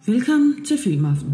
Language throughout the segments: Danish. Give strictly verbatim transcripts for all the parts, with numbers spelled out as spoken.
Velkommen til Filmaften.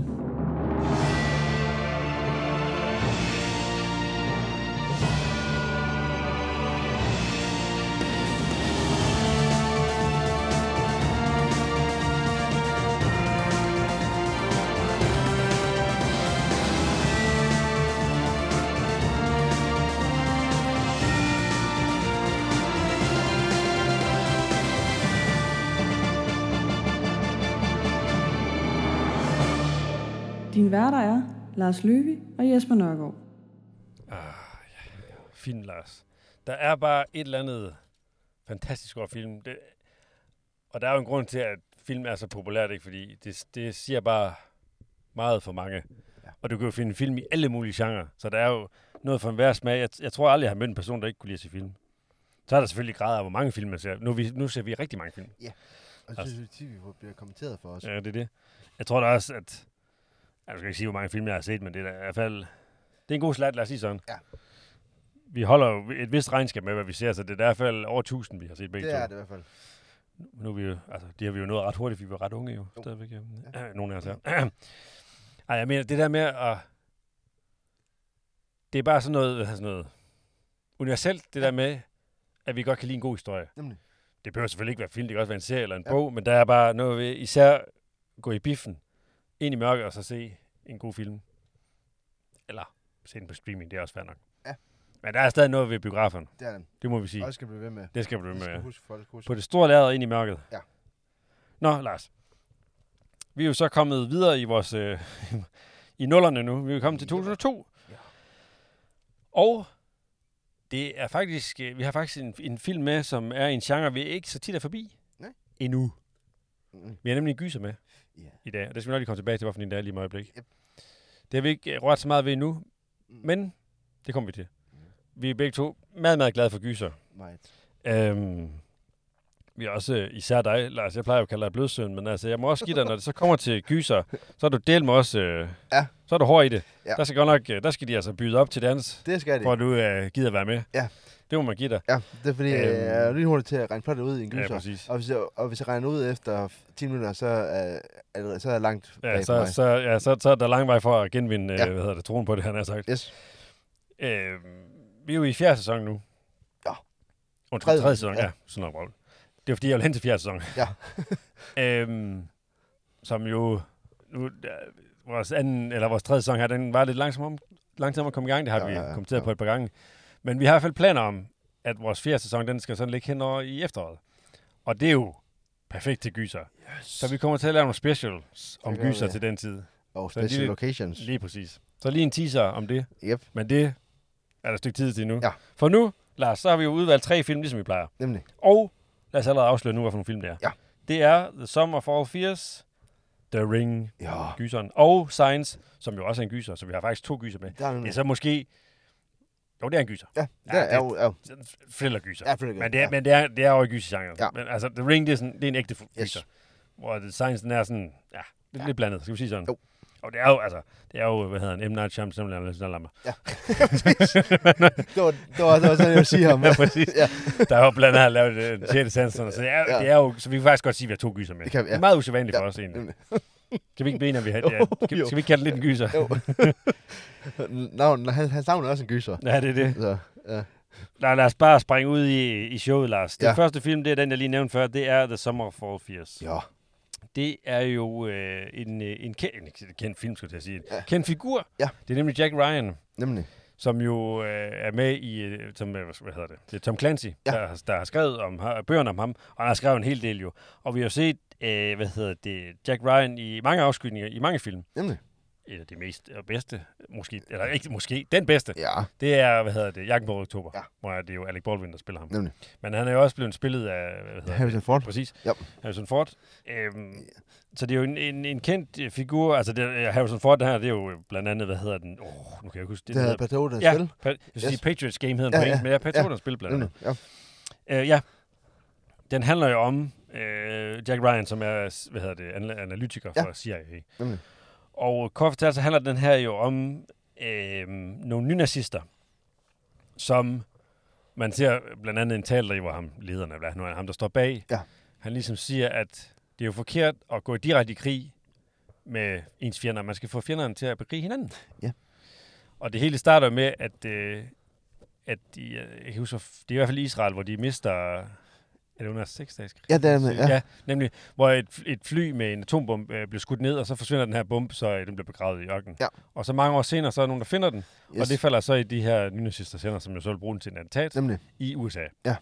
Din værter er Lars Løve og Jesper Nørgaard. Ah, ja. Fint, Lars. Der er bare et eller andet fantastisk over film. Det, og der er jo en grund til, at film er så populært, ikke? Fordi det, det siger bare meget for mange. Ja. Og du kan jo finde film i alle mulige genrer. Så der er jo noget for enhver smag. Jeg, jeg tror aldrig, jeg har mødt en person, der ikke kunne lide at se film. Så er der selvfølgelig grader af, hvor mange film man ser. Nu, vi, nu ser vi rigtig mange film. Ja, og så synes vi, at bliver kommenteret for os. Ja, det er det. Jeg tror da også, at... Jeg skal ikke sige, hvor mange film jeg har set, men det er i hvert fald... Det er en god slat, lad os sige sådan. Ja. Vi holder jo et vist regnskab med, hvad vi ser, så det er i hvert fald over tusind, vi har set begge to. Det er det i hvert fald. Nu er vi jo... Altså, det har vi jo nået ret hurtigt, fordi vi var ret unge jo. Jo. Stadigvæk, ja. Ja. Nogle af os her. Ej, jeg mener, det der med at... Det er bare sådan noget, sådan noget universelt, det der med, at vi godt kan lide en god historie. Nemlig. Det behøver selvfølgelig ikke være film, det kan også være en serie eller en Ja. bog, men der er bare noget ved, især gå i biffen, ind i mørket og så se en god film. Eller se den på streaming, det er også fair nok. Ja. Men der er stadig noget ved biograferne. Det er den. Det må vi sige. Og det skal blive ved med. Det skal du blive Det med. skal Ja. huske folk. Huske. På det store lærred ind i mørket. Ja. Nå, Lars. Vi er jo så kommet videre i vores... Øh, i nullerne nu. Vi er kommet til to tusind og to. Ja. Og det er faktisk... Øh, vi har faktisk en, en film med, som er en genre, vi ikke så tit er forbi. Nej. Endnu. Mm. Vi har nemlig en gyser med Ja. i dag, og det skal vi nok lige komme tilbage til, hvorfor en dag lige med øjeblik. Yep. Det har vi ikke rørt så meget ved endnu, Mm. men det kommer vi til. Vi er begge to meget, meget glade for gyser. Meget. Øhm, vi er også, øh, især dig, Lars, jeg plejer jo at kalde dig blødsøn, men altså, jeg må også give dig, når det så kommer til gyser, så er du del med også, øh, Ja. så er du hård i det. Ja. Der skal godt nok, øh, der skal de altså byde op til dans, Det skal det. for at du øh, gider være med. Ja. Det må man give dig. Ja, det er fordi, Øhm. øhm, jeg er lige hurtigt til at regne plottet ud i en Ja, gyser. præcis. og, hvis jeg, og hvis jeg regner ud efter ti minutter, så er, er, så er jeg langt Ja, bag for så, mig. så, ja, så, så er der lang vej for at genvinde, Ja. øh, hvad hedder det, troen på det, han har sagt. Yes. Øh, vi er jo i fjerde sæson nu. Ja. Undskyld, Tredje, tredje sæson, ja. ja. Sådan noget. Det er fordi, jeg vil hen til fjerde sæson. Ja. øhm, som jo... Nu, der, vores, anden, eller vores tredje sæson her, den var lidt langsom om, langsom om at komme i gang. Det har Ja, vi ja, ja. kommenteret Ja. på et par gange. Men vi har i hvert fald planer om, at vores fjerde sæson, den skal sådan ligge hen over i efteråret. Og det er jo perfekt til gyser. Yes. Så vi kommer til at lave nogle specials om Det gør gyser vi. til den tid. Og så special lige- locations. Lige præcis. Så lige en teaser om det. Yep, Men det er der et stykke tid til nu. Ja. For nu, Lars, så har vi jo udvalgt tre film, ligesom vi plejer. nemlig. Og lad os allerede afsløre nu, hvad for nogle film det er. Ja. Det er The Sum of All Fears, The Ring, Ja. gyseren, og Signs, som jo også er en gyser, så vi har faktisk to gyser med. Der er Det er nemlig. så måske... Jo, det er en gyser. Ja, der Ja, er jo... Er jo Thriller-gyser. ja, thriller, Men det er, ja. men det er, det er jo i gysergenren. Ja. Men altså, The Ring, det er, sådan, det er en ægte fu- Yes. gyser. Hvor The Signs, den er sådan... Ja, lidt, Ja. lidt blandet, skal vi sige sådan. Jo. Og det er jo, altså... Det er jo, hvad hedder han, M. Night Shyamalan. Ja. det, var, det, var, det var sådan, jeg ville sige ham. Ja, præcis. Ja. Der er jo blandt andet lavet øh, den sjette sans, så det er, Ja. det er jo, så vi kan faktisk godt sige, at vi har to gyser med. Det kan vi, Det ja. er meget usædvanligt Ja, for os egentlig. nemlig. Kan vi ikke blive enige, om vi har, Jo, ja, skal, jo. skal vi ikke kalde det lidt en gyser? Jo. Navn, han, hans navn er også en gyser. Ja, det er det. Så, ja. Lad, lad os bare springe ud i, i showet, Lars. Den Ja. første film, det er den, jeg lige nævnte før, det er The Summer of All Fears. Ja. Det er jo øh, en, øh, en, kendt, en kendt film, skulle jeg sige. En Ja. kendt figur. Ja. Det er nemlig Jack Ryan, Nemlig. som jo øh, er med i, øh, som, øh, hvad hedder det, det er Tom Clancy, Ja. der, har- der har skrevet om har- bøgerne om ham, og han har skrevet en hel del jo. Og vi har jo set, øh, hvad hedder det, Jack Ryan i mange afskydninger, i mange film. Nemlig. Et af de mest og bedste, måske, eller ikke måske, den bedste, Ja. det er, hvad hedder det, Jagten på Oktober, Ja. hvor det er jo Alec Baldwin, der spiller ham. Nemlig. Men han er jo også blevet spillet af, hvad hedder Harrison det? Ford. Præcis. Ja. Harrison Ford. Øhm, så det er jo en, en, en kendt øh, figur, altså det, er- Harrison Ford, det her, det er jo blandt andet, hvad hedder den? Åh, oh, nu kan jeg ikke huske Det den havde hedder. Patrioternes Ja, spil. pa- jeg vil sige Yes. Patriots Game hedder den Ja, på ja, engelsk, men ja, Patrioternes ja. spil blandt andet. Nemlig. Ja. Øh, ja, den handler jo om øh, Jack Ryan, som er, hvad hedder det, anal- analytiker Ja. for C I A. Nemlig. Og kort fortalt, så handler den her jo om øh, nogle nynazister, som man ser blandt andet en tale, der hvor ham, lederen af, hvad nu er ham, der står bag. Ja. Han ligesom siger, at det er jo forkert at gå direkte i krig med ens fjender. Man skal få fjenderne til at bekrige hinanden. Ja. Og det hele starter med, at, øh, at de, jeg husker, det er i hvert fald Israel, hvor de mister... Er det under seks dages krig? Ja, det er det, ja. ja. Nemlig, hvor et, et fly med en atombombe øh, bliver skudt ned, og så forsvinder den her bombe, så øh, den bliver begravet i ørkenen. Ja. Og så mange år senere, så er der nogen, der finder den, Yes. og det falder så i de her nynazister sender, som jo så vil bruge den til en attentat Nemlig. i U S A. Ja.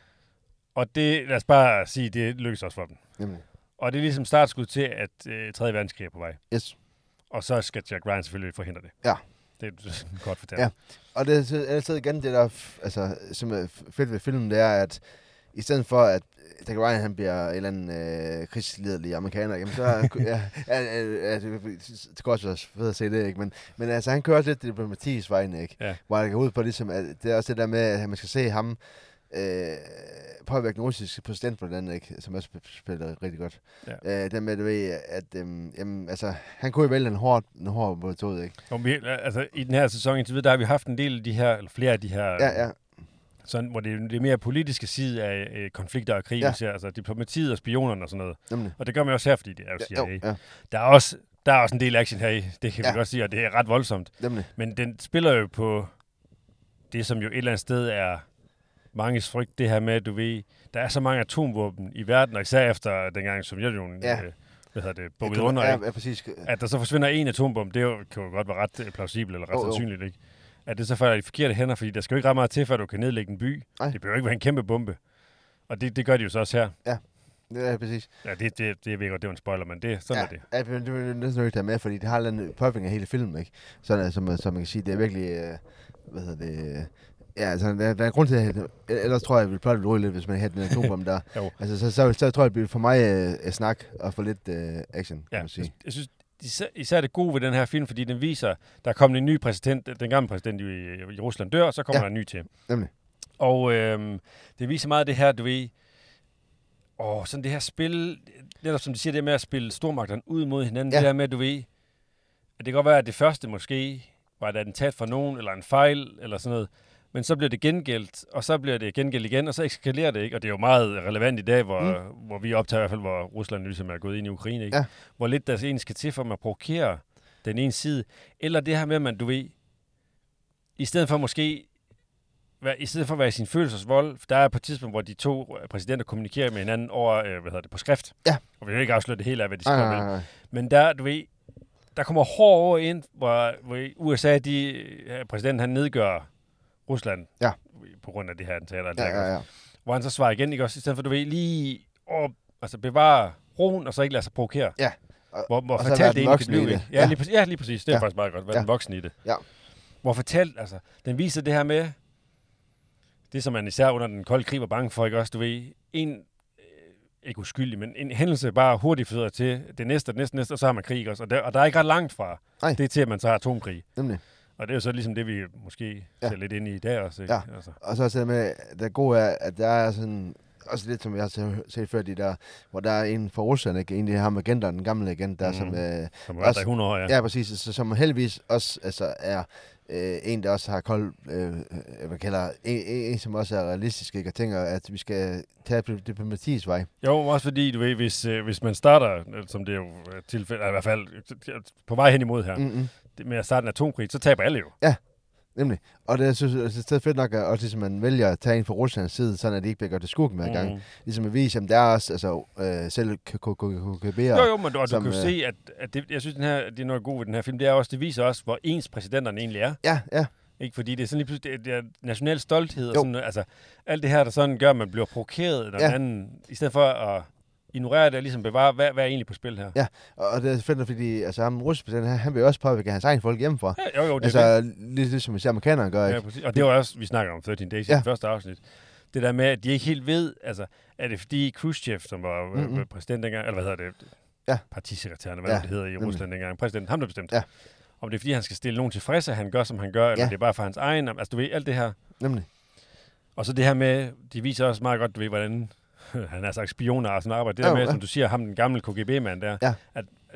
Og det, lad os bare sige, det lykkes også for dem. Nemlig. Og det er ligesom startskud til, at øh, tredje verdenskrig er på vej. Yes. Og så skal Jack Ryan selvfølgelig forhindre det. Ja. Det er godt fortalt. Ja. Og det er altid igen det, der altså, som er fedt ved filmen, det er, at i stedet for, at Jack Ryan han bliver en eller anden øh, krigsliderlig amerikaner, jamen så ja, ja, ja, det, det går også være fedt at se det, ikke? Men, men altså, han kører også lidt diplomatiets vegne, ikke? Ja. Hvor han går ud på ligesom, at det er også det der med, at man skal se ham øh, påvirke den russiske præsident på den, ikke? Som også spiller rigtig godt. Ja. Øh, det med, du ved, at øhm, jamen, altså, han kunne jo vælge en hård, en hård metode, ikke? Og vi, altså, i den her sæson indtil videre, der har vi haft en del af de her, eller flere af de her... Ja, ja. Sådan, hvor det er det mere politiske side af øh, konflikter og krig, ja. Ser, altså diplomatiet og spionerne og sådan noget. Nemlig. Og det gør man også her, fordi det er jo C I A. Ja, jo, ja. Der, er også, der er også en del action her i, det kan ja. vi godt sige, og det er ret voldsomt. Nemlig. Men den spiller jo på det, som jo et eller andet sted er manges frygt, det her med, du ved, der er så mange atomvåben i verden, og især efter dengang Sovjetunionen ja. øh, hvad hedder det, bukket under, ja, ja, præcis. At der så forsvinder en atombombe, det jo, kan jo godt være ret plausibelt eller ret oh, sandsynligt, ikke? At det så falder i forkerte hænder, fordi der skal jo ikke ret meget til, før du kan nedlægge en by. Ej. Det behøver ikke være en kæmpe bombe. Og det, det gør de jo så også her. Ja, det er præcis. Ja, det, det, det, jeg ved godt, det var en spoiler, men det, sådan ja. er det. Ja, det er næsten nødt til at med, fordi det har en påvirkning af hele filmen, ikke? Sådan, som, som man kan sige, det er virkelig, øh, hvad hedder det... Øh, ja, altså, der, der er en grund til, at ellers tror jeg, at vi plejer at ryge lidt, hvis man havde den atombombe der. altså, så, så, så, så tror jeg, at det bliver for mig øh, snak og for lidt øh, action, kan ja, man sige. Jeg, jeg synes, Især, især det gode ved den her film, fordi den viser, der er kommet en ny præsident, den gamle præsident i, i Rusland dør, og så kommer ja. der en ny til. Nemlig. Og øhm, det viser meget det her, du ved, åh, sådan det her spil, netop som de siger, det med at spille stormagterne ud mod hinanden, ja. Det der med, du ved, at det kan godt være, at det første måske var et attentat fra nogen, eller en fejl, eller sådan noget, men så bliver det gengældt, og så bliver det gengældt igen, og så eskalerer det, ikke? Og det er jo meget relevant i dag, hvor, mm. hvor vi optager i hvert fald, hvor Rusland ligesom er gået ind i Ukraine, ikke? Ja. Hvor lidt der egentlig skal til, for at man provokerer den ene side. Eller det her med, at man, du ved, i stedet for måske, i stedet for at være i sin følelsesvold, der er på et tidspunkt, hvor de to præsidenter kommunikerer med hinanden over, øh, hvad hedder det, på skrift. Ja. Og vi vil ikke afsløre det hele af, hvad de skriver ah, med. Men der, du ved, der kommer hård over ind, hvor, hvor U S A, de, præsidenten, han nedgør Rusland, ja. På grund af det her attentater, ja, ja, ja. Hvor han så svarer igen, ikke også, i stedet for, du ved, lige åh, altså bevare roen, og så ikke lade sig provokere. Ja. Og, hvor hvor fatalt det egentlig kan blive. Det. Ja, ja. Lige, ja, lige præcis. Det er ja. faktisk meget godt, være ja. den voksen i det. Ja. Hvor fatalt, altså, den viser det her med, det som man især under den kolde krig var bange for, ikke også, du ved, en, øh, ikke uskyldig, men en hændelse bare hurtigt føder til det næste, det næste, næste, og så har man krig også. Og der, og der er ikke ret langt fra Ej. det til, at man så har atomkrig. Nemlig. Og det er jo så ligesom det, vi måske ja. ser lidt ind i i dag også. Ikke? Ja, altså. Og så også det med, det gode er, at der er sådan, også lidt som jeg har set før, de der, hvor der er en fra Rusland, ikke? En af ham agenter, den gamle agent, der mm. som... Øh, som har været der i hundrede år, ja. Ja, præcis, så, som heldigvis også altså, er øh, en, der også har kold, øh, hvad kalder, en, en, som også er realistisk, ikke? Og tænker, at vi skal tage diplomatiets vej. Jo, også fordi, du ved, hvis, øh, hvis man starter, som det er jo tilfælde, i hvert fald på vej hen imod her, mm-hmm. med at starte en atomkrig, så taber alle jo. Ja, nemlig. Og det er synes jeg, fedt nok, at også ligesom man vælger at tage en fra Ruslands side, sådan at de ikke bliver gjort til skurken hver gang. Mm. Ligesom at vise, at der er også altså, øh, selv K G B'er. Jo, jo, men du, som, du kan jo øh, se, at, at det, jeg synes, den her, det er noget godt ved den her film, det er også, det viser også, hvor ens præsidenterne egentlig er. Ja, ja. Ikke, fordi det er sådan lige pludselig, det er, det er national stolthed, og sådan, altså, alt det her, der sådan gør, at man bliver provokeret af den ja. anden, i stedet for at ignorere det og ligesom bevare, hvad, hvad er egentlig på spil her? Ja, og det er fedt, fordi altså, ham russiske præsident, han, han vil jo også påvirke hans egen folk hjemmefra. Ja, jo, jo, det altså, er det. Lidt ligesom vi ser amerikanerne gør, ikke? Ja, præcis. Og det var også, vi snakker om tretten Days i ja. det første afsnit. Det der med, at de ikke helt ved, altså, er det fordi Khrushchev, som var mm-hmm. præsident dengang, eller hvad hedder det? Ja. Partisekretæren, hvad ja. det hedder i Rusland mm-hmm. dengang. Præsidenten, ham der bestemte. Ja. Om det er fordi, han skal stille nogen tilfredse, han gør, som han gør, eller ja. det er bare for hans egen, altså du ved, alt det her. Nemlig. Og så det her med, de viser også meget godt, du ved, hvordan han har sagt spioner og sådan arbejde. Det ja, der med, ja. som du siger, ham den gamle K G B-mand der, ja. at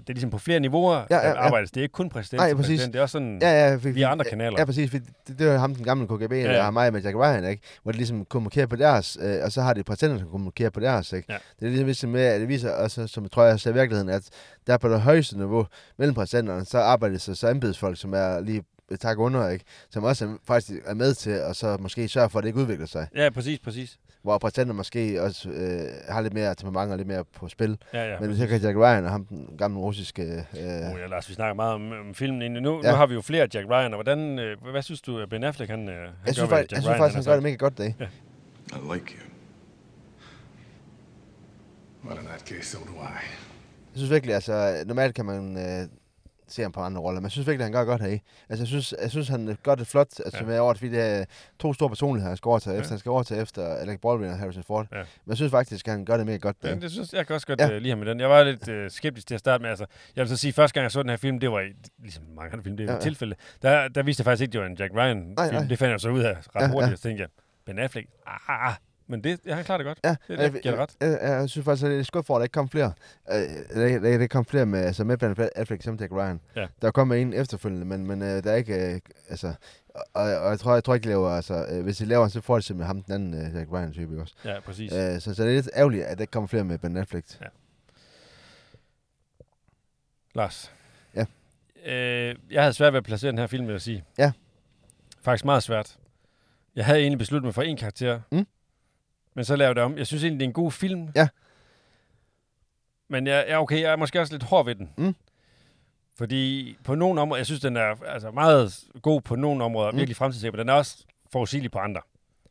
det er ligesom på flere niveauer, Ja, ja, der ja. arbejdes. Det er ikke kun præsident Nej, til præcis. præsident. Det er også sådan, Ja, ja, for, via andre kanaler. Ja, præcis. For det, det var ham, den gamle K G B, ja, Ja, ja. ja. der har mig med Jack Ryan, ikke? Hvor de ligesom kommunikerer på deres, øh, og så har de præsidenter, der kommunikerer på deres, ikke? Ja. Det er ligesom, ligesom med, at det viser også, som jeg tror, jeg ser i virkeligheden, at der på det højeste niveau mellem præsidenterne, så arbejder det så, så embedsfolk, som er lige et tak under, ikke? Som også er, faktisk er med til, og så måske sørge for, at det ikke udvikler sig. Ja, præcis, præcis. Hvor præsidenter måske også øh, har lidt mere temperament og lidt mere på spil. Ja, ja, Men så kan Jack Ryan og ham, den gamle russiske... Øh, Oh, ja, Lars, vi snakker meget om, om filmen egentlig. Nu, Ja. nu har vi jo flere Jack Ryan, og hvordan, øh, hvad synes du, at Ben Affleck, han, øh, han jeg synes gør, faktisk, jeg synes faktisk han gør det mega godt, det. Ja. I like you. Well, in that case, so do I. Jeg synes virkelig, altså, normalt kan man øh, se ham på andre roller, men jeg synes virkelig, han gør godt her. Altså, jeg synes, jeg synes han gør det flot, altså Ja. med over, fordi det er to store personligheder, han skal overtage Ja. efter. Han skal overtage efter Alec Baldwin og Harrison Ford. Ja. Men jeg synes faktisk, at han gør det mega godt. Ja, Ja, det synes jeg kan også godt Ja. ja. uh, lide ham med den. Jeg var lidt uh, skeptisk til at starte med. Altså, jeg vil så sige, første gang jeg så den her film, det var i, ligesom mange andre film, det var Ja, ja, ja. et tilfælde. Der, der viste jeg faktisk ikke, det var en Jack Ryan-film. Nej, nej. Det fandt jeg så ud af ret Ja, hurtigt, ja. og så tænkte jeg, Ben Affleck, ah, ah, men det, ja, han klarer det godt. ja. Det, det jeg, giver det ret. jeg, jeg, jeg, synes faktisk, at det er skuffet for, at der ikke kom flere. Øh, der, der, der kom flere med, altså med Ben Affleck som Jack Ryan. Ja. Der kom en efterfølgende, men, men øh, der er ikke, øh, altså, og, og jeg tror, jeg tror ikke, de laver, altså, øh, hvis de laver, så får de simpelthen ham den anden øh, Jack Ryan-type også. Ja, præcis. Øh, så, så det er lidt ærgerligt, at der ikke kommer flere med Ben Affleck. Ja. Lars. Ja. Øh, jeg havde svært ved at placere den her film, vil jeg sige. Ja. Faktisk meget svært. Jeg havde egentlig besluttet mig for en karakter. Mm. Men så lavede jeg det om. Jeg synes egentlig, det er en god film. Ja. Men jeg, ja, okay, jeg er måske også lidt hård ved den. Mm. Fordi på nogle områder, jeg synes, den er altså, meget god på nogle områder, Mm. virkelig fremtidssikker, men den er også forudsigelig på andre.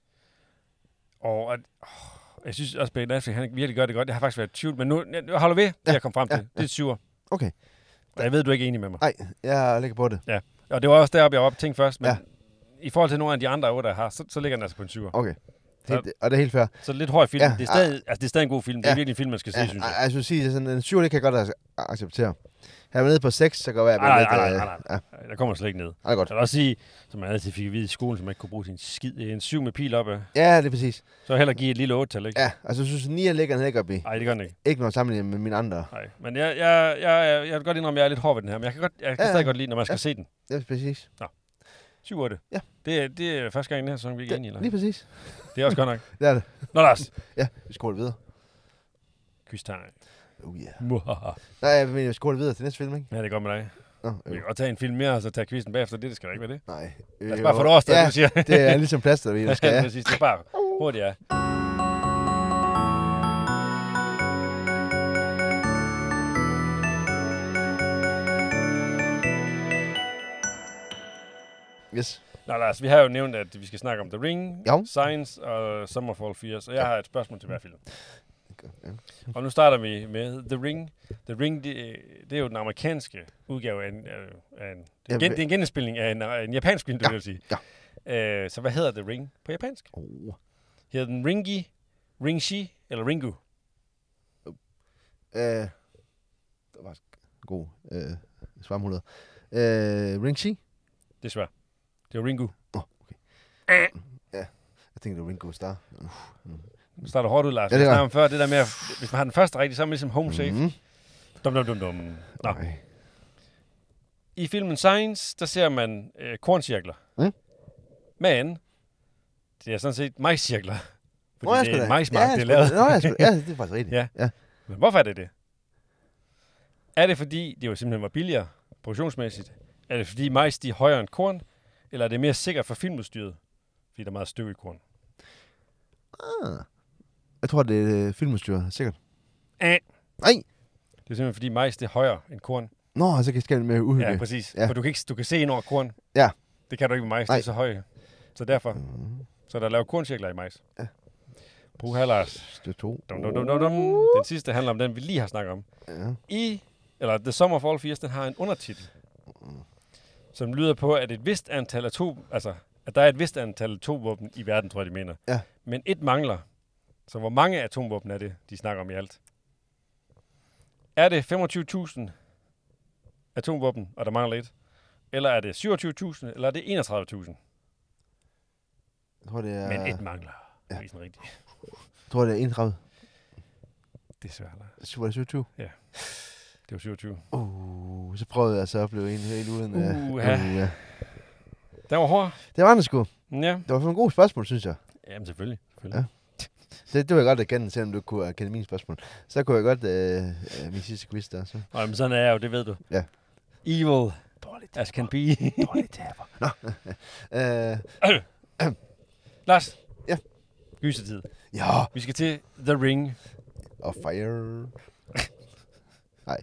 Og at, åh, jeg synes også, Ben Affleck, han virkelig gør det godt. Jeg har faktisk været i tvivl, men nu jeg, jeg holder ved, det Ja, jeg kom frem til. ja, Det er et syver. Okay. Og jeg ved, du er ikke enig med mig. Nej, jeg ligger på det. Og det var også deroppe, jeg var oppe tænkt først, men Ja. i forhold til nogle af de andre otte, jeg har, så, så ligger den altså på en syver. Okay. Helt, og det er helt fair. Så lidt høj film. Ja, Ja, det, er stadig, altså, det er stadig en god film. Det er Ja. virkelig en film, man skal se, Ja, synes jeg. jeg skulle sige, sådan en syv, det kan jeg godt ac- acceptere. Her er nede på seks, så kan det være, at Nej, lidt... nej, nej, øh, nej, nej. Ja, Nej, der kommer slet ikke ned. det er godt. Jeg vil også sige, som jeg altid fik at vide i skolen, som jeg ikke kunne bruge sin skid, en syv med pil op af. Ja, det er præcis. Så heller give et lille otte-tal, ikke? Ja, altså jeg synes, ni ligger den ikke op i. Nej, det gør den ikke. Ikke noget sammenlignet med mine andre. Nej. Men jeg, jeg, jeg, jeg vil godt indrømme, at jeg er lidt hård ved den her, men jeg kan, godt, jeg kan Ja, ja. stadig godt lide, når man skal Ja. se den. Det er præcis. syv otte. Ja. Det, er- det er første gang i den her sæson, vi ikke er enige, Det, eller? lige præcis. Det er også godt nok. Det er det. Nå, Lars. Ja, vi skal gå videre. Kystegn. Oh yeah. Muhaha. Nej, jeg mener, vi skal gå videre til næste film, ikke? Ja, det er godt med dig. Nå, Vi øh, kan godt tage en film mere, og så tage quizzen bagefter. Det, det skal da ikke være det. nej. Lad os bare få det overstået, ja, du siger. det er ligesom plaster, vi skal Ja, have. præcis. Det er bare hurtigt, ja. Yes. Nå, Lars, vi har jo nævnt, at vi skal snakke om The Ring, Jo. Science og Summerfall Fears, og jeg har et spørgsmål til hver film. Ja. Og nu starter vi med The Ring. The Ring, det, det er jo den amerikanske udgave af en... Af en det, er Ja, gen, det er en genindspilning af en, af en japansk film, det Ja, vil jeg sige. ja. Øh, så hvad hedder The Ring på japansk? Oh. Hedder den Ringi, Ringshi eller Ringu? Øh, det var en god øh, svarmulighed. Øh, Ring-Chi? Det er svært. Det er Ringu. Åh, oh, okay. Ja, jeg tænkte, det var Ringo Star. Nu starter hårdt ud, Lars. Ja, Ja, det det gør om før, det der med, at, hvis man har den første rigtigt, så er man ligesom home safe. Mhm. Dum, dum, dum, dum. Nå. Okay. I filmen Science, der ser man øh, korncirkler. Mm. Men det er sådan set majscirkler. Fordi Nå, jeg det skulle er da- en majsmark, ja, det er jeg lavet. skulle- Nå, jeg skulle- ja, det er faktisk rigtigt. Ja. ja. Men hvorfor er det det? Er det fordi, det jo simpelthen var billigere produktionsmæssigt? Er det fordi majs de er højere end korn? Eller er det mere sikkert for filmudstyret? Fordi der er meget støv i korn. Ah. Jeg tror, det er øh, filmudstyr, sikkert. Æh. Nej! Det er simpelthen fordi majs det er højere end korn. Nå, så kan jeg skære med uhygge. Ja, præcis. Ja. For du kan, ikke, du kan se ind over korn. Ja. Det kan du ikke med majs, det Nej. er så højt. Så derfor, Mm. så er der lavet korncirkler i majs. Ja. Puha, Lars. Det er to. Dum, dum, dum, dum, dum. Den sidste handler om den, vi lige har snakket om. Ja. I, eller The Summerfall Fears, den har en undertitel, som lyder på, at et vist antal atom, altså, at der er et vist antal atomvåben i verden, tror jeg, de mener. Ja. Men et mangler. Så hvor mange atomvåben er det, de snakker om i alt? Er det femogtyve tusind atomvåben, og der mangler et? Eller er det syvogtyve tusind, eller er det enogtredive tusind? Jeg tror, det er... Men et mangler. Det er Ja. ikke sådan rigtigt. Jeg tror, det er enogtredive. Det er svært. Lars. syvogtyve. Det Det var syvogtyve. Uh, så prøvede jeg så at opleve en helt uden. Uh, uh, ja. ja. Den var hård. Det var det sgu. Ja. Det var for en god spørgsmål, synes jeg. Jamen, selvfølgelig. selvfølgelig. Ja. Det, det var jeg godt at kende, selvom du kunne kende mine spørgsmål. Så kunne jeg godt øh, øh, min sidste quiz der. Så. Nå, men sådan er jeg jo, det ved du. Ja. Evil Dårligt. as can be. Dårligt taber. Nå. øh, Lars. Ja. Gysertid. ja. Vi skal til The Ring. Og fire. Nej.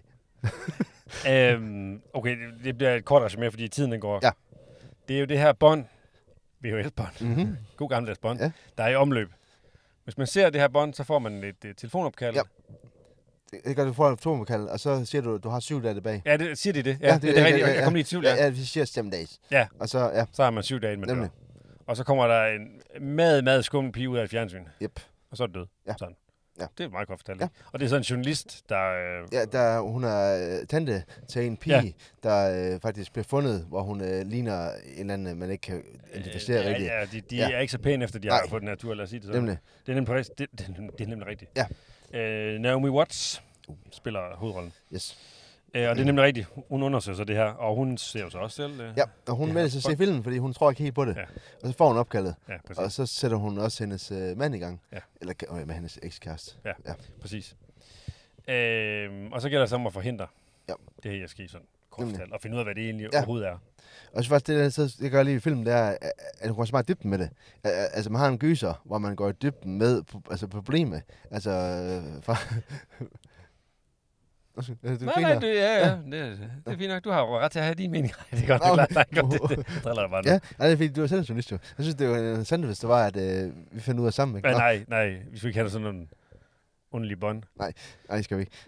øhm, okay, det, det bliver et kort resumé, fordi tiden den går. Ja. Det er jo det her bånd, V H S-bånd, Mm-hmm. god gammeldags bånd, Ja. der er i omløb. Hvis man ser det her bånd, så får man et, et telefonopkald. Ja. Det gør du får et tomokald, og så siger du, at du har syv dage tilbage. Ja, det, siger de det? Ja, ja det, det er rigtigt. Jeg kommer lige i tvivl. Ja, Ja. ja, vi siger stem days. Ja. Og så, ja. Så har man syv dage med Nemlig. det. Og så kommer der en meget, meget skummel pige ud af et fjernsyn. Yep. Og så er det død. Ja. Sådan. Ja. Det er meget godt fortalt. Ja. Ja. Og det er sådan en journalist, der... Øh, Ja, der, hun er øh, tante til en pige, Ja. der øh, faktisk bliver fundet, hvor hun øh, ligner en eller anden, man ikke kan identificere ja, rigtigt. ja, de, de Ja. er ikke så pæne, efter de Nej. har fået den her tur, lad os sige det sådan. Nemlig. Det er nemlig, præcis- det, det, det er nemlig rigtigt. Ja. Øh, Naomi Watts spiller hovedrollen. Yes. Øh, og det er nemlig rigtigt. Hun undersøger så det her, og hun ser jo så også selv. Øh, Ja, og hun Ja. melder sig til at se filmen, fordi hun tror ikke helt på det. Ja. Og så får hun opkaldet. ja præcis. Og så sætter hun også hendes øh, mand i gang. Ja. Eller øh, med hendes ekskæreste. Ja. Ja. Præcis. Øh, og så gælder det så om at forhindre Ja. det her, jeg skal sådan kort Nemlig. fortalt, og finde ud af, hvad det egentlig Ja. overhovedet er. Og så faktisk det, der så, det gør jeg lige i filmen, det er, at at hun går så meget i dybden med det. Al- al- Altså, man har en gyser, hvor man går i dybden med pro- altså, problemet. Altså, øh, fra... Undskyld, øh, du Nej, griner. nej, det, ja, ja. Det, det, det er fint nok. Du har jo ret til at have din mening. Det er godt, det er klart. Nej, godt, det, det driller dig bare nu. Ja, nej, det er fordi, du er selv en journalist jo. Jeg synes, det var interessant, hvis det var, at øh, vi fandt ud af sammen. Ikke? Men Nå, nej, nej, vi skal ikke have sådan nogle underlige bånd. nej, det skal vi ikke.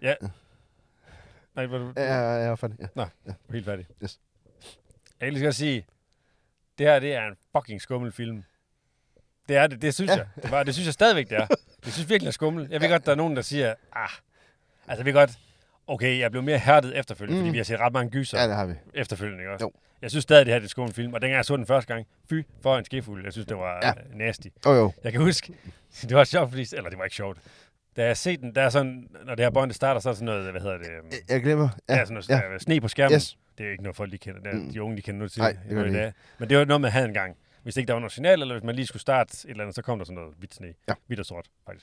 Nej, var du Ja, ja, ja, jeg er færdig. Ja. du er helt færdig? Yes. Jeg kan lige så godt sige, det her, det er en fucking skummel film. Det er det, det synes Ja. jeg. Det, var, det synes jeg stadigvæk, det er. Det synes virkelig er skummel. Jeg ved godt, der er nogen, der siger, ah, altså jeg ved godt, okay, jeg blev mere hærdet efterfølgende, mm. Mm. fordi vi har set ret mange gyser Ja, det har vi. efterfølgende, ikke også? Jo. Jeg synes stadig, det her er et skummel film, og dengang jeg så den første gang, fy for en skefuld, jeg synes, det var Ja. ja. nasty. Jo, jo. Jeg kan huske, det var sjovt, fordi, eller det var ikke sjovt. Da jeg set den, der er sådan, når det her bånd det starter, så er der sådan noget, hvad hedder det? øhm, Jeg, jeg glemmer. Ja, Ja, ja, sådan noget ja. ja. sne på skærmen. Yes. Det er jo ikke noget, folk lige kender. Det er, Mm. de unge, de kender noget til. Nej, det gør i de dag. Men det var noget, man havde engang. Hvis ikke der var noget signal, eller hvis man lige skulle starte et eller andet, så kom der sådan noget hvidt sne. Ja. Hvidt og sort, faktisk.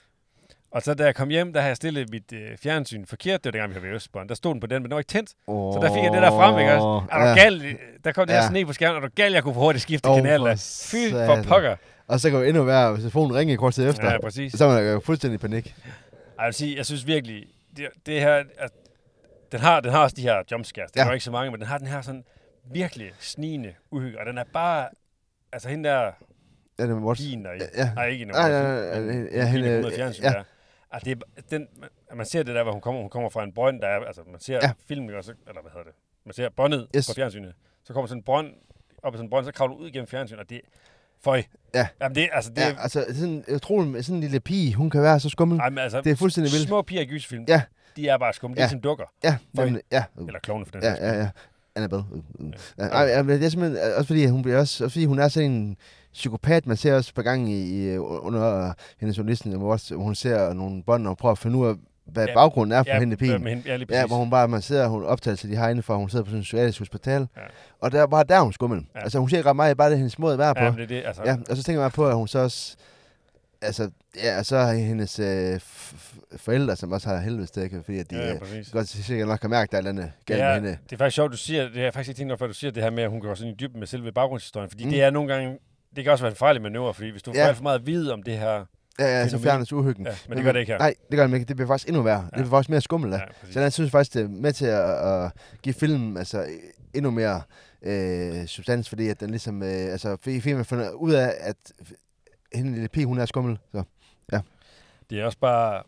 Og så da jeg kom hjem, der havde jeg stillet mit øh, fjernsyn forkert. Det var dengang, vi havde V H S-bånd. Der stod den på den, men den var ikke tændt. Oh, Så der fik jeg det der frem, ikke også? Er du ja. gal? Der kom det her Ja. sne på skærmen, og du gal, jeg kunne få hurtigt skifte Åh, kanal. for der. Fy for satan. pokker. Og så går det endnu værre, hvis telefonen ringer kort tid efter. Ja, præcis. Så er man jo fuldstændig i panik. Jeg vil sige, jeg synes virkelig, det, det her, at den har, den har også de her jumpscares. Det Ja. er jo ikke så mange, men den har den her sådan virkelig snigende uhygge. Og den er bare, altså hende der, Ja, det er Watts. pigen der i, Ja, ja. nej ikke Nej, nej, nej, nej, ja, hende- hende, fjernsyn, ja. der. Altså, det er, den, man, man ser det der, hvor hun kommer, hun kommer fra en brønd, der er, altså man ser Ja. ja. filmen også, eller hvad hedder det, man ser båndet Yes. på fjernsynet, så kommer sådan en brønd, op ad sådan en brønd, så kravler hun ud igennem fjernsynet, og det, føj. Ja. Jamen det, altså det, Ja, altså, sådan, jeg tror, med sådan en lille pige, hun kan være så skummel. ej, men, altså, det er fuldstændig vildt. små piger i gyserfilm, Ja. de er bare skumme, de er Ja. som dukker, Ja, Føj. nemlig, ja. eller klovne for den Ja, sags skyld. ja, ja. Annabelle. Uh, uh. Ja. Ja. Ej, ja, men det er simpelthen også fordi, hun bliver også, også fordi hun er sådan en psykopat. Man ser også på gang i, i under hendes journalisten, hvor også- hun ser nogle bånd og prøver at finde ud af, hvad Ja, baggrunden er for ja, hende pigen. med hende, ja, lige Ja, præcis. hvor hun bare, man ser, hun optagelser, de har inde for, hun sidder på sådan en psykiatrisk hospital. Ja. Og der, bare der er hun skummel. Ja. Altså, hun ser ikke ret meget, bare det er hendes måde at være på. Ja, men det er det, altså. Ja, og så tænker jeg på, at hun så også, altså, ja, og så er hendes øh, f- f- forældre, som også har helvedes dækket, fordi at de ja, ja, øh, præcis. godt sikkert nok kan mærke, at der er et eller andet galt det, med er, hende. det er faktisk sjovt, du siger, det har jeg faktisk ikke tænkt over, før du siger det her med, at hun går sådan i dybden med selve baggrundshistorien, fordi Mm. mm. det er nogle gange, det kan også være en farlig manøvre, fordi hvis du Ja. får alt for meget at vide om det her, Ja, ja, så fænomen. fjernes uhyggen. ja, men det gør det ikke her. Nej, det gør det ikke. Det bliver faktisk endnu værre. Ja. Det bliver faktisk mere skummelt. Ja, Ja, præcis. så jeg synes faktisk, det er med til at, at give filmen altså, endnu mere øh, substans, fordi at den ligesom, øh, altså, fordi filmen finder ud af, at hende lille pige, hun er skummel. Så. Det er også bare,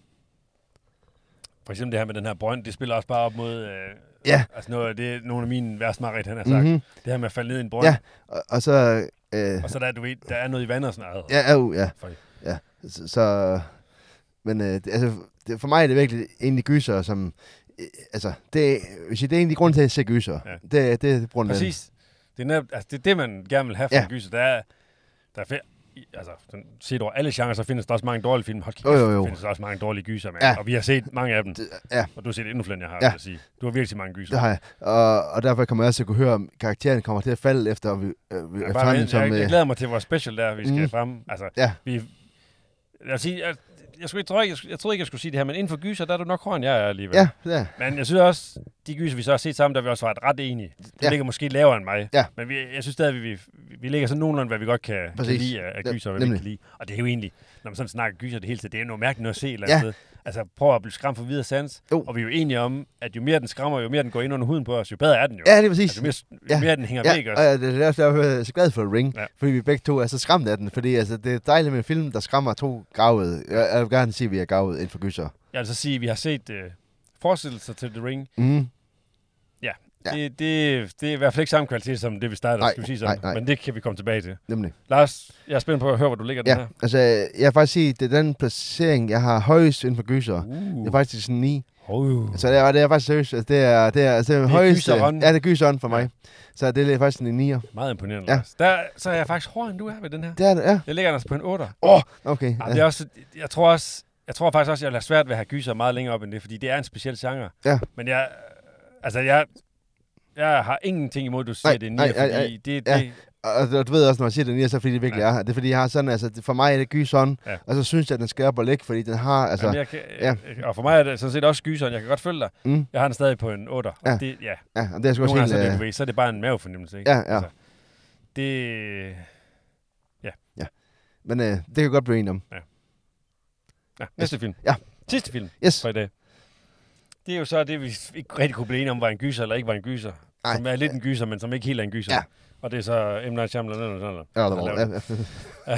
for eksempel det her med den her brønd, det spiller også bare op mod, øh, Ja. altså noget, det er nogle af mine værste mareridt, han har sagt. Mm-hmm. Det her med at falde ned i en brønd, Ja. Og, og så... Øh, og så der, du ved, der er noget i vandet og sådan noget. ja, ja, uh, ja. Føj. ja. Så, så men øh, det, altså, det, for mig er det virkelig egentlig gyser, som... Øh, altså, det, hvis det er egentlig grund til at se gyser. Ja. Det, det er grunden. Præcis. Det er, netop, altså, det er det, man gerne vil have for Ja. en gyser. Der er, der er fe- i, altså, sådan, set over alle genrer, så findes der også mange dårlige film. Hold kæft, Jo, jo, jo. findes der også mange dårlige gyser, man. Ja. Og vi har set mange af dem. Det, ja, Og du har set endnu flere, end jeg har, Ja. vil jeg sige. Du har virkelig set mange gyser. det har jeg. Og, og derfor kommer jeg også til at kunne høre, om karakteren kommer til at falde efter, vi, øh, vi Jeg, er bare, fremme jeg, som... jeg, jeg øh, glæder mig til vores special der, vi skal Mm. frem. Altså, Ja. vi, jeg, vil sige, jeg, jeg, skulle, jeg, tror ikke, jeg, jeg troede ikke, jeg skulle sige det her, men inden for gyser, der er du nok hårdere, end jeg er alligevel. Ja, ja. Men jeg synes også, de gyser, vi så har set sammen, der vi også var ret enige. Det Ja. ligger måske lavere end mig. Ja. Men vi, jeg synes stadig, vi, vi, vi ligger sådan nogenlunde, hvad vi godt kan, kan Præcis. lide af, af Ja, gyser, og hvad vi nemlig. ikke kan lide. Og det er jo egentlig, når man sådan snakker gyser det hele tiden, det er noget mærkeligt noget at se et eller andet Ja. sted. Altså prøv at blive skræmt for videre sans. Jo. Og vi er jo enige om, at jo mere den skræmmer, jo mere den går ind under huden på os, jo bedre er den jo. Ja, det er præcis. Altså, jo mere, jo Ja. mere den hænger Ja, væk og også. ja, det er også derfor, jeg er så glad for Ring, Ja. ja. fordi vi begge to er så skræmt af den, fordi altså, det er dejligt med en film, der skræmmer to gavede. Jeg, jeg vil gerne sige, at vi er gavet inden for gyser. Jeg vil altså sige, at vi har set øh, forestillelser til The Ring. Mm. Ja. Det, det, det er i hvert fald ikke samme kvalitet som det, vi startede, Nej, skulle sige nej, sådan. nej. Men det kan vi komme tilbage til. Nemlig. Lars, jeg er spændt på at høre, hvor du ligger den Ja, her. altså, jeg vil faktisk sige, det er den placering, jeg har højst inden for gyser. Uh. Det er faktisk sådan ni. Uh. Så det er, det er faktisk seriøst. Altså, det er, det er, altså, det er, højeste. gyserånden. Ja, det er gyserånden for mig. Ja. Så det er faktisk sådan en nier. Meget imponerende, Ja. Lars. Der, så er jeg faktisk hårdere, end du er ved den her. Det er det, ja. Jeg ligger altså på en otter. Åh, oh, okay. Ja, det er også, jeg tror også, jeg tror faktisk også, jeg vil have svært ved at have gyser meget længere op end det, fordi det er en speciel genre. Ja. Men jeg, altså jeg, jeg har ingenting imod, at du siger, Nej, det er nej, nier, nej, fordi det, ja. det, Og du du ved også, når man siger det nier, så er det fordi det virkelig Ja. er. Det er fordi, jeg har sådan, altså, det- for mig er det gyseren, Ja. og så synes jeg, at den skal op og ligge, fordi den har, altså, jamen, jeg kan, ja. og for mig er det sådan set også gyseren. Jeg kan godt følge dig. mm, Jeg har den stadig på en otter. Ja. Og det, ja. ja, og det er sgu også Nogle gange helt, så, er det, øh, du ved, så er det bare en mavefornemmelse, ikke? ja, ja, Altså, det, men øh, det kan vi godt blive enige om. ja, næste film. Ja. Sidste film Yes. for i dag. Det er jo så det, vi ikke rigtig kunne blive enige om, var en gyser eller ikke var en gyser. Nej. Som er lidt en gyser, men som ikke helt er en gyser. Ja. Og det er så M. Night Shyamalan. Eller, eller, Ja, der der var, laver ja,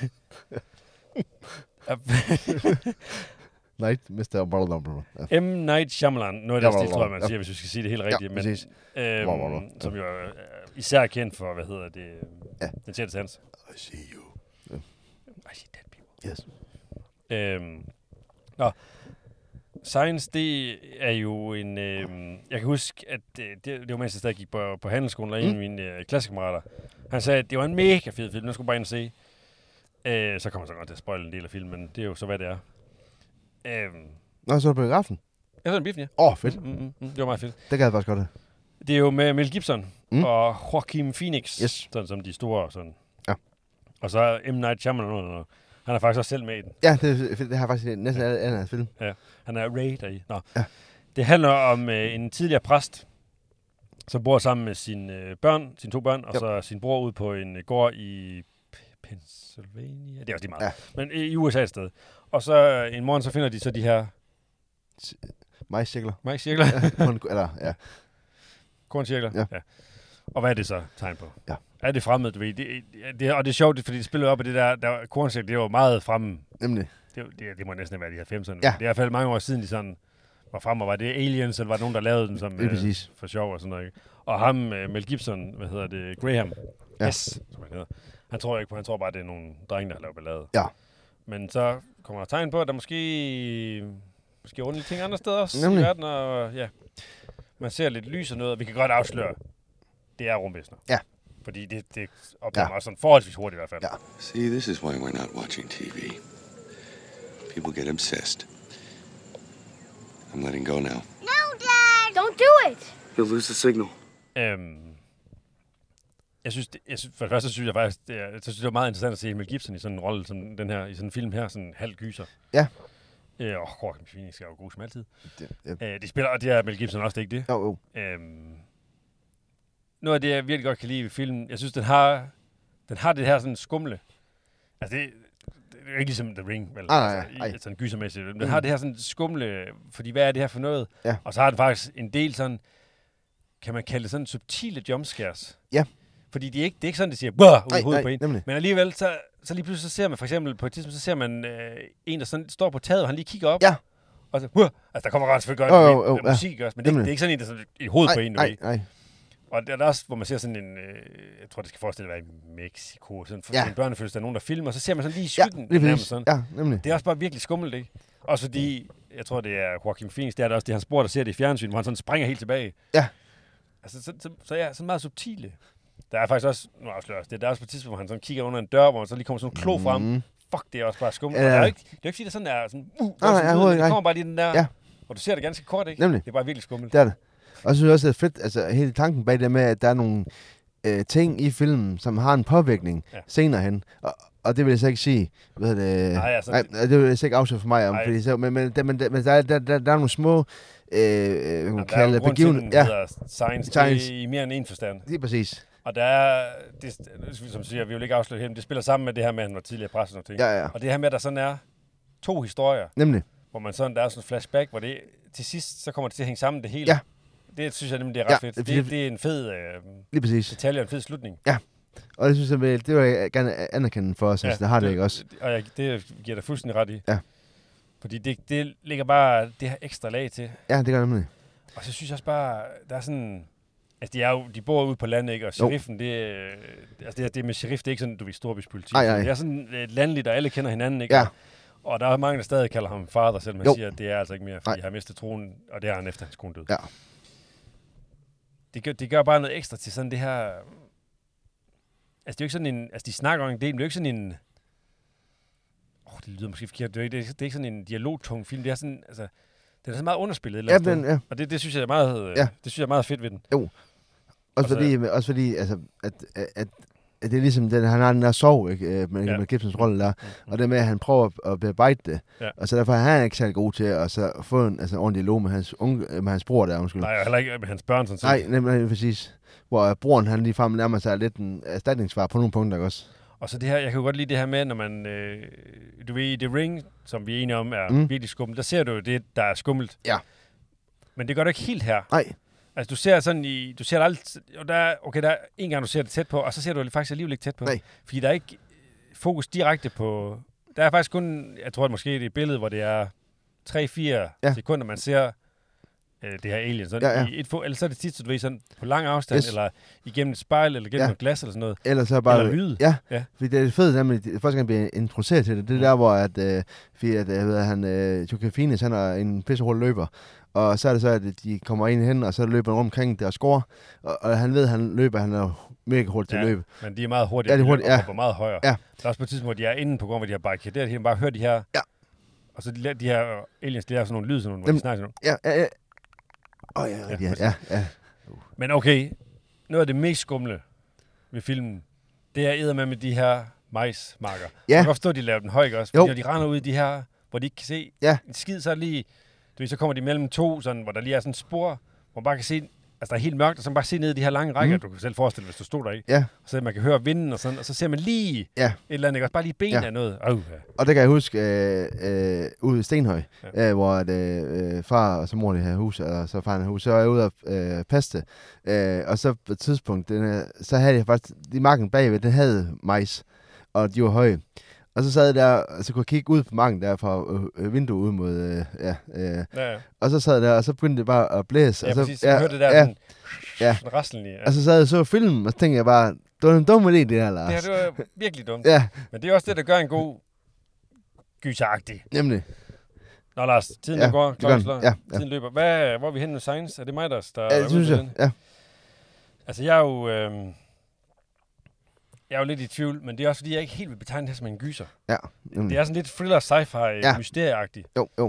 det. Night, mister Blablabla. M. Night Shyamalan. Noget af Ja, den stil, tror jeg, man ja. siger, hvis vi skal sige det helt Ja, rigtigt. Men, præcis. øhm, Blablabla. som jo er øh, især kendt for, hvad hedder det, Ja. den sjette sans. I see you. I see dead people. Yes. Øhm, nå, Science, det er jo en... Øhm, jeg kan huske, at øh, det, det var mens jeg stadig gik på, på handelsskolen, og en af Mm. mine øh, klassekammerater, han sagde, at det var en mega fed film, den skulle bare ind og se. Øh, så kommer jeg så godt til at spoile en del af filmen, men det er jo så, hvad det er. Øhm, Nå, så er du på biografen. jeg så en biffen, ja. Åh, oh, fedt. Mm, mm, mm, det var meget fedt. Det kan jeg faktisk godt have. Det er jo med Mel Gibson Mm. mm. og Joaquin Phoenix, Yes. sådan som de store. Sådan. Ja. Og så M. Night Shyamalan, han er faktisk også selv med i den. Ja, det, det har faktisk næsten alle andre film. Han er Ray deri. Nå. Ja. Det handler om øh, en tidligere præst, som bor sammen med sine øh, børn, sine to børn, og Ja. så sin bror ud på en øh, gård i P- Pennsylvania. Det er også lige meget. Ja. Men i, i U S A et sted. Og så øh, en morgen, så finder de så de her Majscirkler. majscirkler, Eller, ja. korncirkler. Ja. Ja. Og hvad er det så tegn på? Ja. Er det fremmed, du ved? Det, det, og det er sjovt, fordi det spiller op af det der, der korncirkler, det var meget fremme. Nemlig. Det, det, det må næsten være de halvfemserne. Ja. Det er i hvert fald mange år siden, de sådan var fremme, og var det Aliens, eller var det nogen, der lavede den som, Det er præcis. for sjov og sådan noget. Ikke? Og ham, øh, Mel Gibson, hvad hedder det, Graham, Ja. yes, som han hedder, han tror ikke på, han tror bare, det er nogle drenge, der har lavet ballade. Ja. Men så kommer der tegn på, at der måske, måske ordentlige ting andre steder også Nemlig. i verden, og ja, man ser lidt lys og noget, og vi kan godt afsløre, det er rumvæsener. Ja. Fordi det, det oplever Ja. man også sådan forholdsvis hurtigt i hvert fald. Ja. See, this is why we're not watching T V. People get obsessed. I'm letting go now. No, Dad! Don't do it! You'll lose the signal. Øhm, jeg synes, det, jeg synes, for det første synes jeg faktisk, det er, jeg synes, det var meget interessant at se Mel Gibson i sådan en rolle som den her, i sådan en film her, sådan en halv gyser. Ja. Øh, og Joaquin Phoenix er jo god som altid. Det, det, Øh, de spiller, og det er Mel Gibson også, det er ikke det? jo, jo. Øhm, noget af det, jeg virkelig godt kan lide ved filmen, jeg synes, den har, den har det her sådan skumle. Altså, det, det er jo ikke ligesom The Ring, vel? Nej, nej, altså, nej. i, sådan gysermæssigt. Den Mm. har det her sådan skumle, fordi hvad er det her for noget? Ja. Og så har den faktisk en del sådan, kan man kalde det sådan subtile jumpscares. Ja. Fordi de er ikke, det er ikke sådan, de siger, bøh, ud Nej, i hovedet nej, på en. nemlig. Men alligevel, så, så lige pludselig så ser man for eksempel, på et tidspunkt, så ser man øh, en, der sådan står på taget, og han lige kigger op. Ja. Og så, Buh! Altså, der kommer godt selvfølgelig Jo, godt jo, jo, øh, ja. musik også, men det, Nemlig. det er ikke sådan en, der sådan i hovedet på Nej, en, du ved. nej, nej. Og der er også, hvor man ser sådan en, øh, jeg tror, det skal forestille at være i Mexico, sådan Ja. en børnefødselsdag, nogen, der filmer, og så ser man sådan lige i Ja, skyggen. lige nærmest præcis. sådan. Ja, nemlig. Det er også bare virkelig skummelt, ikke? Også fordi, jeg tror, det er Joaquin Phoenix, det er det også, det er hans bror, der ser det i fjernsyn, hvor han sådan springer helt tilbage. Ja. Altså, så, så, så ja, sådan meget subtile. Der Der er faktisk også, nu afslører jeg også det, der er også på et tidspunkt, hvor han sådan kigger under en dør, hvor man så lige kommer sådan en klo frem. Mm. Fuck, det er også bare skummelt. Ja. Det er jo ikke, det er jo ikke fordi, det sådan er sådan, uh, Nej, nej, sådan nej, det nej. kommer bare lige den der, Ja. og du ser det ganske kort, ikke? Nemlig. Det er bare virkelig skummelt. Det er det. Og så synes jeg også, det er fedt, altså hele tanken bag det med, at der er nogle øh, ting i filmen, som har en påvirkning Ja. senere hen. Og, og det vil jeg så ikke sige. Hvad hedder det? Nej, altså, Nej, det vil jeg så ikke afsløre for mig om. Nej. Fordi så, men, men, men, men der, der, der, der er nogle små øh, hvad man der er kalde jo grund til, begivenheder. den Ja, hedder science, Science. Det er i mere end en forstand. lige præcis. Og der er, det, som siger, vi vil ikke afsløre helt, men det spiller sammen med det her med, at han var tidligere præst og ting. Ja, ja. Og det her med, at der sådan er to historier, Nemlig. hvor man sådan, der er sådan en flashback, hvor det til sidst, så kommer det til at hænge sammen det hele. Ja. Det synes jeg nemlig, det er ret Ja, fedt. det- Det, det er en fed øh, Lige præcis. detalje og en fed slutning. Og det synes jeg, det vil jeg gerne anerkende for os. Ja, altså, det har det, ikke også. Og jeg, det giver dig fuldstændig ret i. Ja. Fordi det, det ligger bare det her ekstra lag til. Ja, det gør det nemlig. Og så synes jeg også bare, der er sådan... Altså, de, er jo, de bor ude på landet, ikke? Og sheriffen, det, øh, altså det, det med sheriff, det er ikke sådan, du ved, storbyspolitik. Ej, ej. Det er sådan et landligt, og alle kender hinanden, ikke? Ja. Og der er mange, der stadig kalder ham fader, selvom han Jo. siger, at det er altså ikke mere, fordi Nej. han har mistet tronen, og det har han efter hans kone død. Ja. Det gør, det gør bare noget ekstra til sådan det her... Altså, det er jo ikke sådan en... Altså, de snakker om en del, men det er jo ikke sådan en... Åh, oh, det lyder måske forkert. Det er, ikke, det, er, det er ikke sådan en dialogtung film. Det er sådan... Altså, det er sådan meget underspillet et eller Ja, andet men, sted. ja. Og det, det synes jeg er meget... Ja. Det synes jeg er meget fedt ved den. Også Altså- fordi, også fordi altså, at, at, at, at det er ligesom, den, han har den der sorg, ikke, øh, med, Ja. ja. med Gibsons rolle der. Mm. Og det med, at han prøver at, at bearbejde det. Ja. Og så derfor er han ikke særlig god til at så få en altså, ordentlig dialog med hans, unge, med hans bror der, undskyld. Nej, og heller ikke med hans børn, sådan set. Nej, nemlig præcis. Hvor broren, han ligefrem nærmer sig lidt en erstatningssvar på nogle punkter, ikke også? Og så det her, jeg kan jo godt lide det her med, når man, øh, du ved, i The Ring, som vi er enige om, er Mm. mm. virkelig skummelt, der ser du jo det, der er skummelt. Ja. Men det gør du ikke helt her. Nej. Altså, du ser sådan i, du ser det aldrig, og der er, okay, der er en gang, du ser det tæt på, og så ser du det faktisk alligevel ikke tæt på. Nej. Fordi der er ikke fokus direkte på, der er faktisk kun, jeg tror at måske det er et billede, hvor det er tre fire Ja. sekunder, man ser øh, det her alien. Sådan, Ja, ja. I et, fo- eller så er det tit, du ved, sådan på lang afstand, Yes. eller igennem et spejl, eller gennem Ja. noget glas, eller sådan noget. Ellers så bare... Eller lyd. Ja, Ja. fordi det er fedt, nemlig, det- første gang bliver introduceret til det, det er Mm. der, hvor at, øh, fordi at, øh, ved, han, øh, Joaquin Phoenix, han er en pissehurtig løber, og så er det så, at de kommer ind hen, og så løber han rundt omkring der og scorer, og, og han ved, at han løber, han er mega hurtig til Ja. at løbe. Men de er meget hurtige, Ja, de er de hurtige, løber ja. og hopper meget højere. Ja. Der er også på et tidspunkt, hvor de er inde på grund, hvor de har barrikaderet hele, bare hører de her... Ja. Og så de, la- de her aliens, de laver sådan nogle lyd, sådan nogle, hvor Dem- de snakker sådan Ja, ja, ja. Åh, oh, ja, Ja, ja, ja, ja. Men okay, noget af det mest skumle ved filmen, det er eddermame med de her majsmarker. Ja. Jeg kan godt forstå, at de laver den høj, ikke også? Jo. Fordi når de render ud i de her, hvor de ikke kan se Ja. en skid, så er det lige... Du ved, så kommer de mellem to, sådan, hvor der lige er sådan et spor, hvor man bare kan se... Altså, der er helt mørkt, og så kan man bare se ned i de her lange rækker. Mhm. Du kan selv forestille dig, hvis du stod der, ikke? Ja. Så man kan høre vinden og sådan, og så ser man lige Ja. et eller andet, ikke også? Bare lige ben Ja. af noget. Uh, ja. Og det kan jeg huske øh, øh, ude i Stenhøj, Ja. ja. øh, hvor at, øh, far og så mor de havde hus, og så far havde hus, så var jeg ude og øh, passe det. Øh, og så på et tidspunkt, den, her, så havde jeg faktisk, de marken bagved, den havde majs, og de var høje. Og så sad jeg der, og så kunne jeg kigge ud på marken der fra øh, vinduet ud mod, øh, ja, øh, Ja, ja. og så sad jeg der, og så begyndte det bare at blæse. Ja, og så, præcis. Jeg hørte det der ja, sådan, ja. sådan raslen i. Ja. Og så sad jeg og så filmen, og så tænkte jeg bare, det var en dum idé, det her, Det Lars. her, det var virkelig dumt. Ja, Men det er også det, der gør en god gyseragtig. nemlig. Nå Lars, tiden Ja, ja, går, det gør klokken den. slår, Ja, ja. tiden løber. Hvad, hvor er vi henne med Science? Er det mig, der, der Ja, er det synes ude på jeg. den? Ja. Altså, jeg er jo... Øh, jeg er jo lidt i tvivl, men det er også, fordi jeg ikke helt vil betegne det her som en gyser. Ja, nemlig. Det er sådan lidt thriller, sci-fi, Ja. ja. mysterieagtigt. Jo, jo.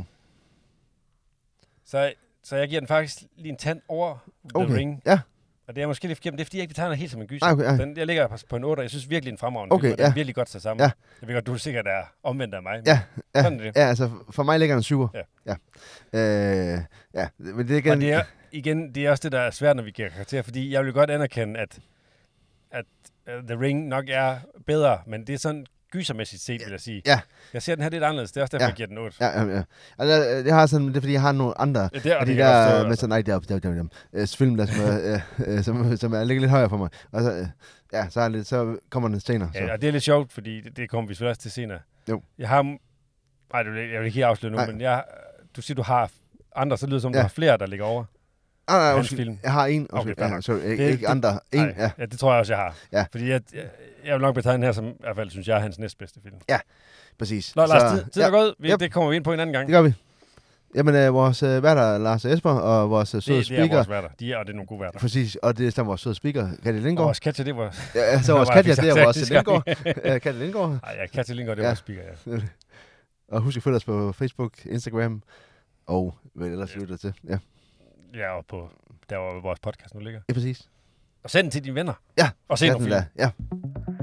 Så, så jeg giver den faktisk lige en tand over The Okay. Ring. Ja. Og det er måske lidt forkert, men det er, fordi jeg ikke betegner helt som en gyser. Ej, okay, ej. Den, jeg ligger på en otter. Jeg synes virkelig en fremragende Okay, film, og den er ja. virkelig godt sat sammen. Ja. Jeg ved godt, du er sikkert er omvendt af mig. men Ja, ja. Sådan er det. Ja, altså for mig ligger den syver. Ja. Ja. Øh, ja, men det er Og igen... det er, igen, det er også det, der er svært, når vi giver karakter, fordi jeg vil godt anerkende, at, at uh, The Ring nok er bedre, men det er sådan gysermæssigt set, vil jeg sige. Ja. Jeg ser den her lidt anderledes, det er også derfor, Ja. jeg giver den otte. Ja, ja, ja. Altså, det, har sådan, det er fordi, jeg har nogle andre Ja, det er, af og de det kan jeg godt der forstå, med sådan, nej, det er, det er, det er, det er, øh, film, der, som, er, øh, øh, som, som er ligger lidt højere for mig. Og så, øh, ja, så, er det, så kommer den senere. Så. Ja, og det er lidt sjovt, fordi det, det kommer vi selvfølgelig også til senere. Jo. Jeg har... Nej, det vil jeg jeg vil ikke helt afsløre nu, Nej. men jeg, du siger, du har andre, så lyder det som, Ja. du har flere, der ligger over. Ah, nej, hans undskyld. film. Jeg har en. Okay, Okay, fair ja, nok. sorry, ikke, Det- ikke det- andre. En, Nej, ja. ja, det tror jeg også, jeg har. Ja. Fordi jeg, jeg, jeg vil nok betegne her som, i hvert fald synes jeg, er hans næstbedste film. Præcis. Nå, Lars, Så- tid, tid ja, er gået. Vi, Yep. Det kommer vi ind på en anden gang. det gør vi. Jamen, øh, vores øh, værter, Lars og Jesper, og vores øh, søde Det, det er speaker. vores værter. De er, og det er nogle gode værter. Præcis, og det er vores søde speaker, Katja Og Lindgaard. vores Katja, det var... Ja, så vores var Katja, vi det er sagt, vores det skal Lindgaard. Øh, Katja Lindgaard. Nej, ja, Katja Lindgaard, det Ja. var speaker, ja. Og husk at følge os på Facebook, Instagram, og hvad ellers Ja. lytter til. Ja, Ja, og på der hvor vores podcast nu ligger. ja præcis. Og send den til dine venner. Ja, Og se ja, nogle den film. der. Ja.